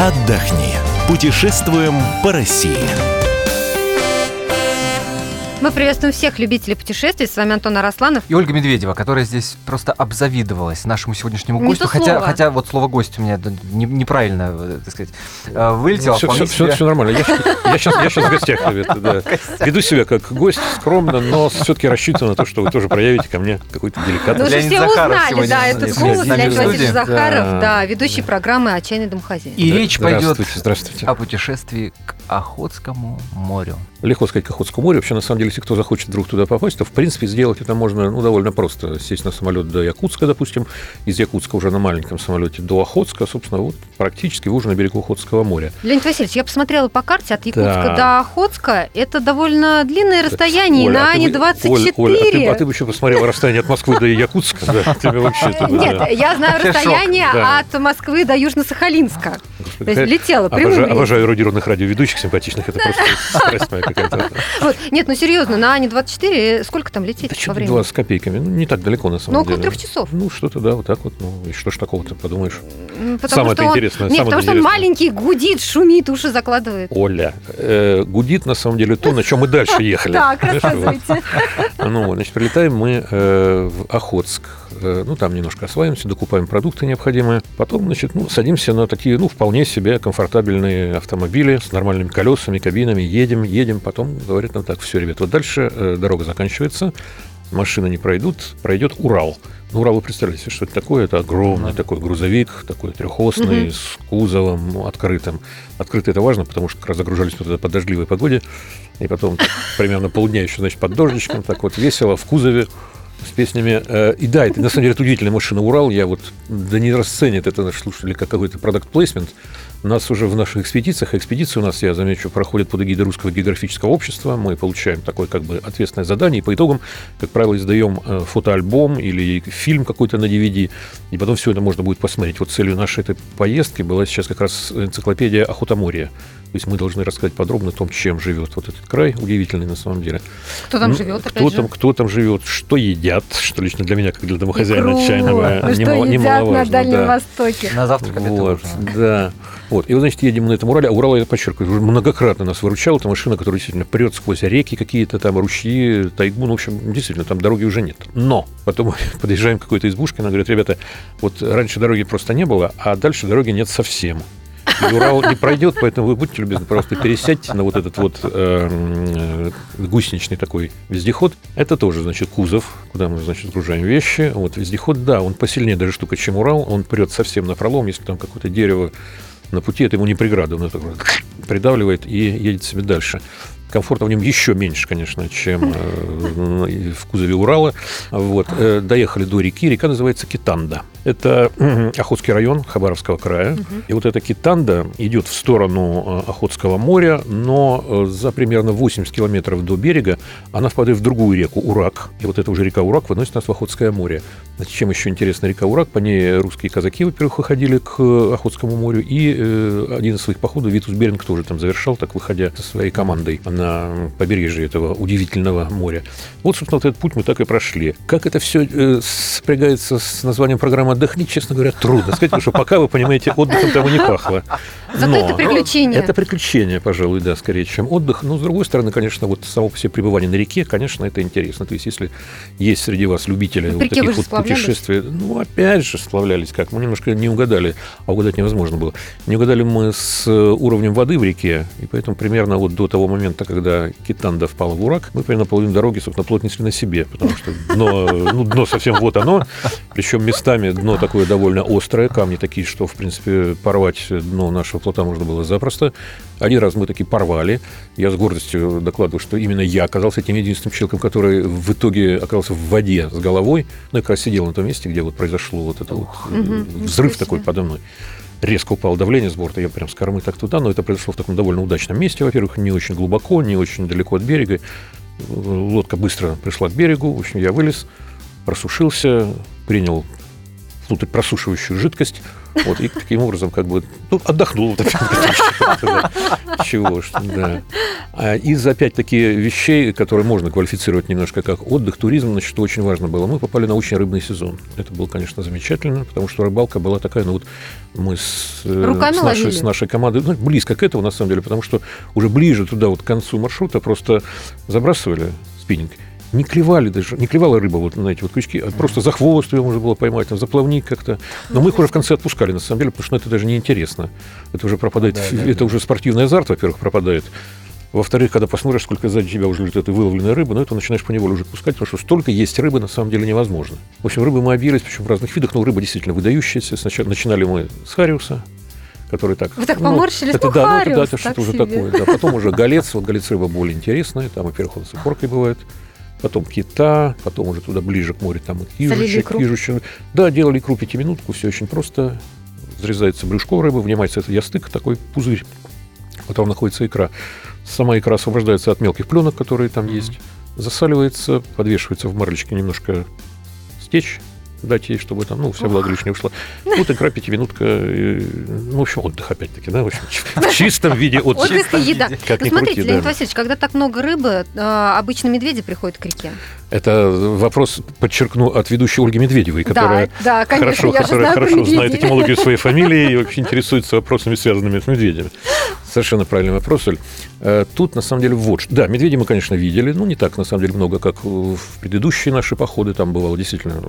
отдохни. Путешествуем по России. Мы приветствуем всех любителей путешествий. С вами Антон Арасланов. И Ольга Медведева, которая здесь просто обзавидовалась нашему сегодняшнему гостю. Хотя вот слово «гость» у меня неправильно, так сказать, вылетело. Все нормально. Я сейчас в гостях, да. Веду себя как гость, скромно, но все-таки рассчитываю на то, что вы тоже проявите ко мне какой-то деликатность. Ну, уже все узнали, да, этот голос. Леонид Васильевич Захаров, да, ведущий программы «Отчаянный домохозяин». И речь пойдет здравствуйте. о путешествии к Охотскому морю. Легко сказать, к Охотскому морю. Вообще, на самом деле, если кто захочет вдруг туда попасть, то, в принципе, сделать это можно довольно просто. Сесть на самолет до Якутска, допустим, из Якутска уже на маленьком самолете до Охотска, собственно, вот практически вы уже на берегу Охотского моря. Леонид Васильевич, я посмотрела по карте от Якутска до Охотска. Это довольно длинное расстояние, Оля, на Ани-24. Оля, ты бы еще посмотрела расстояние от Москвы до Якутска. Нет, я знаю расстояние от Москвы до Южно-Сахалинска. То есть летела прямым. Обожаю эрудированных радиоведущих симпатичных, это просто страсть моя какая-то. Нет, ну серьезно, на Ани-24 сколько там лететь по времени? 20 с копейками, не так далеко на самом деле. Около 3 часов. Что-то, да, вот так вот. И что ж такого-то, подумаешь? Самое интересное. Нет, потому что он маленький, гудит, шумит, уши закладывает. Оля, гудит на самом деле то, на чем мы дальше ехали. Так, рассказывайте. Значит, прилетаем мы в Охотск. Там немножко осваиваемся, докупаем продукты необходимые. Потом, значит, садимся на такие, вполне себе комфортабельные автомобили с нормальными колесами, кабинами. Едем. Потом говорят нам так: все, ребят, вот дальше дорога заканчивается, машины не пройдут, пройдет Урал. Урал, вы представляете, что это такое? Это огромный такой грузовик, такой трехосный, с кузовом открытым. Открытый — это важно, потому что как раз загружались по дождливой погоде. И потом примерно полдня еще, значит, под дождичком, так вот весело, в кузове, с песнями. И да, это на самом деле это удивительная машина Урал. Я не расценит это наши слушатели как какой-то продакт-плейсмент. У нас уже в наших экспедициях, экспедиции у нас, я замечу, проходят под эгидой Русского географического общества. Мы получаем такое как бы ответственное задание, и по итогам, как правило, издаем фотоальбом или фильм какой-то на DVD, и потом все это можно будет посмотреть. Вот целью нашей этой поездки была сейчас как раз энциклопедия Охотоморья. То есть мы должны рассказать подробно о том, чем живет вот этот край, удивительный на самом деле. Кто там живет, кто там живет, что едят, что лично для меня, как для домохозяина отчаянного, что едят на Дальнем Востоке. На завтрак это вот, да. Вот. И вот, значит, едем на этом Урале. А Урал, я подчеркиваю, уже многократно нас выручал. Это машина, которая действительно прет сквозь реки какие-то там, ручьи, тайгу. В общем, действительно, там дороги уже нет. Но потом мы подъезжаем к какой-то избушке, она говорит: ребята, вот раньше дороги просто не было, а дальше дороги нет совсем. И Урал не пройдет, поэтому вы будьте любезны, просто пересядьте на вот этот вот гусеничный такой вездеход. Это тоже, значит, кузов, куда мы, значит, сгружаем вещи. Вот вездеход, да, он посильнее даже штука, чем Урал. Он прет совсем напролом, если там какое-то дерево на пути, это ему не преграда, он это придавливает и едет себе дальше. Комфорта в нем еще меньше, конечно, чем в кузове Урала. Вот. Доехали до реки. Река называется Китанда. Это Охотский район Хабаровского края. И вот эта Китанда идет в сторону Охотского моря, но за примерно 80 километров до берега она впадает в другую реку Урак. И вот эта уже река Урак выносит нас в Охотское море. Значит, чем еще интересна река Урак? По ней русские казаки, во-первых, выходили к Охотскому морю. И один из своих походов Витус Беринг тоже там завершал, так выходя со своей командой на побережье этого удивительного моря. Вот, собственно, вот этот путь мы так и прошли. Как это все сопрягается с названием программы «Отдохни», честно говоря, трудно сказать, потому что пока, вы понимаете, отдыхом там и не пахло. Зато это приключение. Это приключение, пожалуй, да, скорее, чем отдых. Но, с другой стороны, конечно, вот само по себе пребывание на реке, конечно, это интересно. То есть, если есть среди вас любители вот таких вот путешествий, опять же, сплавлялись как. Мы немножко не угадали, а угадать невозможно было. Не угадали мы с уровнем воды в реке, и поэтому примерно вот до того момента, когда Китанда впала в Урак, мы примерно половину дороги, собственно, плот несли на себе, потому что дно совсем вот оно, причем местами дно такое довольно острое, камни такие, что, в принципе, порвать дно нашего плота можно было запросто. Один раз мы таки порвали. Я с гордостью докладываю, что именно я оказался тем единственным человеком, который в итоге оказался в воде с головой. Я как раз сидел на том месте, где вот произошло вот это вот взрыв такой подо мной. Резко упало давление с борта, я прям с кормы так туда, но это произошло в таком довольно удачном месте, во-первых, не очень глубоко, не очень далеко от берега. Лодка быстро пришла к берегу, в общем, я вылез, просушился, принял внутрь просушивающую жидкость, вот, и таким образом как бы отдохнул. Чего ж, да. Из, опять-таки, вещей, которые можно квалифицировать немножко как отдых, туризм, значит, что очень важно было, мы попали на очень рыбный сезон. Это было, конечно, замечательно, потому что рыбалка была такая, ну вот мы с нашей командой, ну, близко к этому, на самом деле, потому что уже ближе туда, вот к концу маршрута, просто забрасывали спиннинг. Не клевала рыба вот на эти вот крючки, а просто за хвост ее можно было поймать, там, за плавник как-то. Но мы их уже в конце отпускали, на самом деле, потому что это даже неинтересно. Это уже пропадает, это уже спортивный азарт, во-первых, пропадает. Во-вторых, когда посмотришь, сколько сзади тебя уже лежит этой выловленной рыбы, ну, это начинаешь поневоле уже отпускать, потому что столько есть рыбы, на самом деле, невозможно. В общем, рыбы мы объелись, причем в разных видах, но рыба действительно выдающаяся. Сначала начинали мы с хариуса, который так... Вы так поморщились, хариус, это что-то уже такое. Да. Потом уже голец, вот голец рыба более интересная, там, во-первых, он с икоркой бывает. Потом кита, потом уже туда ближе к морю, там и кижучек. Да, делали икру 5-минутку, все очень просто. Взрезается брюшко рыбы, вынимается это ястык, такой пузырь, в котором находится икра. Сама икра освобождается от мелких пленок, которые там есть, засаливается, подвешивается в марлечке немножко стечь, дать ей, чтобы там, вся влага лишняя ушла. Вот икра 5-минутка, в общем, отдых опять-таки, да, в общем, в чистом виде отдых. Отдых и еда. Смотрите, Леонид да. Васильевич, когда так много рыбы, обычно медведи приходят к реке. Это вопрос, подчеркну, от ведущей Ольги Медведевой, которая конечно, хорошо знает этимологию своей фамилии и вообще интересуется вопросами, связанными с медведями. Совершенно правильный вопрос, Оль. Тут, на самом деле, вот. Да, медведей мы, конечно, видели, но не так, на самом деле, много, как в предыдущие наши походы. Там бывало действительно...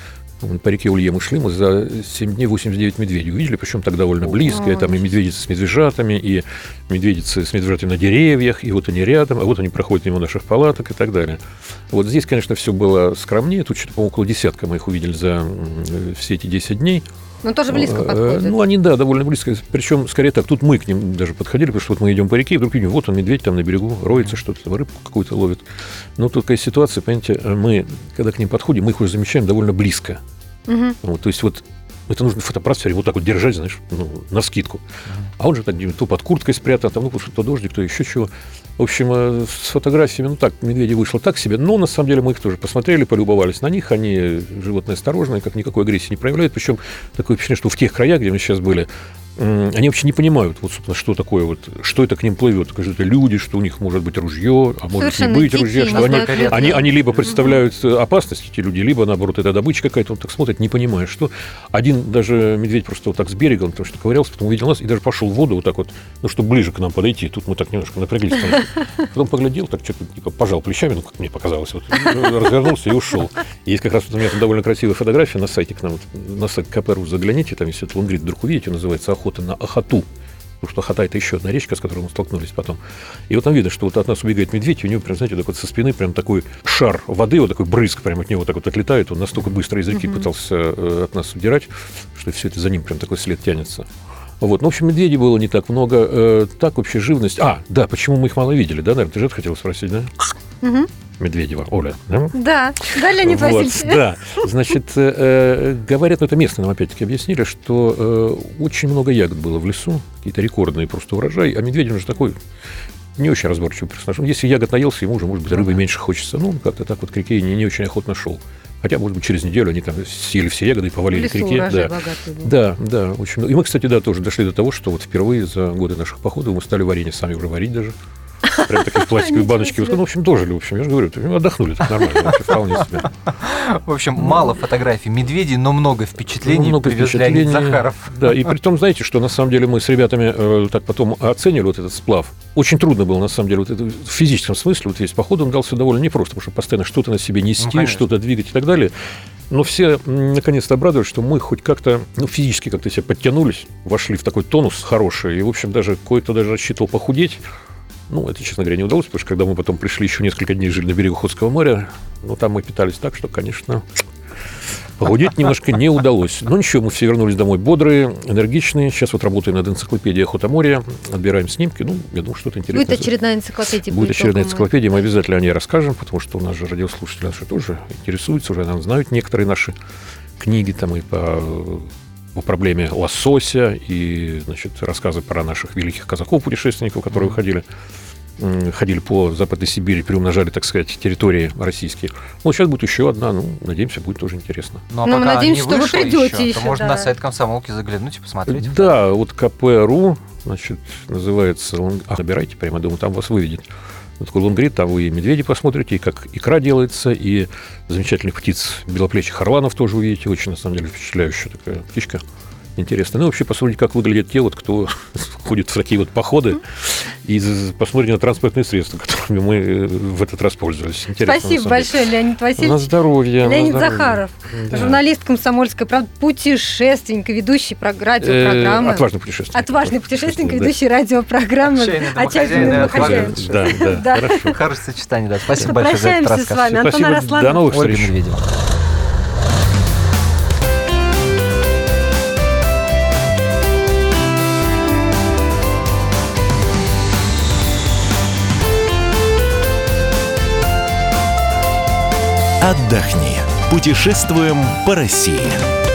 По реке Улье мы шли, мы за 7 дней 89 медведей увидели, причем так довольно близко. И там и медведицы с медвежатами, и медведицы с медвежатами на деревьях, и вот они рядом, а вот они проходят мимо наших палаток и так далее. Вот здесь, конечно, все было скромнее. Тут что-то, по-моему, около десятка мы их увидели за все эти 10 дней. Ну, тоже близко подходят. Они, да, довольно близко. Причем, скорее так, тут мы к ним даже подходили, потому что вот мы идем по реке, и вдруг видим, вот он, медведь там на берегу, роется что-то, там рыбку какую-то ловит. Но тут такая ситуация, понимаете, мы, когда к ним подходим, мы их уже замечаем довольно близко. Вот, то есть вот это нужно фотоаппарат все время вот так вот держать, знаешь, навскидку. А он же так то под курткой спрятан, там, то дождик, то еще чего. В общем, с фотографиями, медведи вышло так себе, но на самом деле мы их тоже посмотрели, полюбовались на них, они животные осторожные, как никакой агрессии не проявляют, причем такое впечатление, что в тех краях, где мы сейчас были, они вообще не понимают, вот, собственно, что такое, вот, что это к ним плывет. Это люди, что у них может быть ружье, а может не быть ружья, что они либо представляют опасность, эти люди, либо, наоборот, это добыча какая-то, он так смотрит, не понимая, что. Один даже медведь просто вот так с берега, он потому что ковырялся, потом увидел нас и даже пошел в воду вот так вот, чтобы ближе к нам подойти. Тут мы так немножко напряглись. Потом поглядел, так что-то типа пожал плечами, как мне показалось, вот, развернулся и ушел. Есть как раз вот у меня там довольно красивая фотография на сайте к нам, вот, на сайт КПРУ загляните, там, если это Лонгрид вдруг увидите, называется «Охота на Ахату». Потому что Ахата — это еще одна речка, с которой мы столкнулись потом. И вот там видно, что вот от нас убегает медведь, и у него, прям, знаете, так вот со спины прям такой шар воды, вот такой брызг прям от него так вот отлетает. Он настолько быстро из реки пытался от нас удирать, что все это за ним прям такой след тянется. Вот. Ну, в общем, медведей было не так много. Так вообще живность... да, почему мы их мало видели, да, наверное? Ты же это хотела спросить, да? Медведева, Оля, да? Да, Леонид Васильевич. Да, значит, говорят, это местные нам опять-таки объяснили, что очень много ягод было в лесу, какие-то рекордные просто урожаи, а медведь, он же такой не очень разборчивый персонаж. Если ягод наелся, ему уже, может быть, рыбы меньше хочется. Ну, он как-то так вот к реке не очень охотно шел. Хотя, может быть, через неделю они там съели все ягоды и повалили к реке. Да, очень много. И мы, кстати, да, тоже дошли до того, что вот впервые за годы наших походов мы стали варенье сами уже варить даже. Прям такие пластиковые баночки. В общем, дожили. В общем, я же говорю, отдохнули так нормально. Вообще, вполне себе. В общем, мало фотографий медведей, но много впечатлений привез Леонид Захаров. Да, и при том, знаете, что на самом деле мы с ребятами так потом оценили вот этот сплав. Очень трудно было, на самом деле, вот это, в физическом смысле, вот весь поход он дался довольно непросто, потому что постоянно что-то на себе нести, что-то двигать и так далее. Но все наконец-то обрадовались, что мы хоть как-то, физически как-то себя подтянулись, вошли в такой тонус хороший, и, в общем, даже кое-кто даже рассчитывал похудеть. Это, честно говоря, не удалось, потому что когда мы потом пришли, еще несколько дней жили на берегу Охотского моря, там мы питались так, что, конечно, похудеть немножко не удалось. Но ничего, мы все вернулись домой бодрые, энергичные. Сейчас вот работаем над энциклопедией «Охота-море», отбираем снимки. Я думаю, что-то интересное. Будет очередная энциклопедия. Будет очередная энциклопедия, мы обязательно о ней расскажем, потому что у нас же радиослушатели наши тоже интересуются, уже нам знают некоторые наши книги там и по проблеме лосося, и, значит, рассказы про наших великих казаков-путешественников, которые выходили ходили по Западной Сибири, приумножали, так сказать, территории российские. Вот сейчас будет еще одна, надеемся, будет тоже интересно. Ну, а мы пока надеемся, не что вы вышло придете еще, то можно да. на сайт комсомолки заглянуть и посмотреть. Да, вот КП.ру, значит, называется, набирайте прямо, думаю, там вас выведет. Вот такой лонгрид, там вы и медведи посмотрите, и как икра делается, и замечательных птиц, белоплечих орланов тоже увидите, очень, на самом деле, впечатляющая такая птичка. Интересно. Ну, вообще, посмотрите, как выглядят те, вот, кто ходит в такие вот походы, и посмотрите на транспортные средства, которыми мы в этот раз пользовались. Интересно. Спасибо большое, Леонид Васильевич. На здоровье. Леонид на здоровье. Захаров, Да. журналист «Комсомольской правды», путешественник, ведущий радиопрограммы. Отважный путешественник. Отважный путешественник, Да. ведущий радиопрограммы. Отчаянный домохозяин. Да, хорошо. Хорошее сочетание, да. Спасибо большое за этот Прощаемся с рассказ. вами. Антон Спасибо. Арасланов. До новых Ольга встреч. Медведева. Отдохни. Путешествуем по России.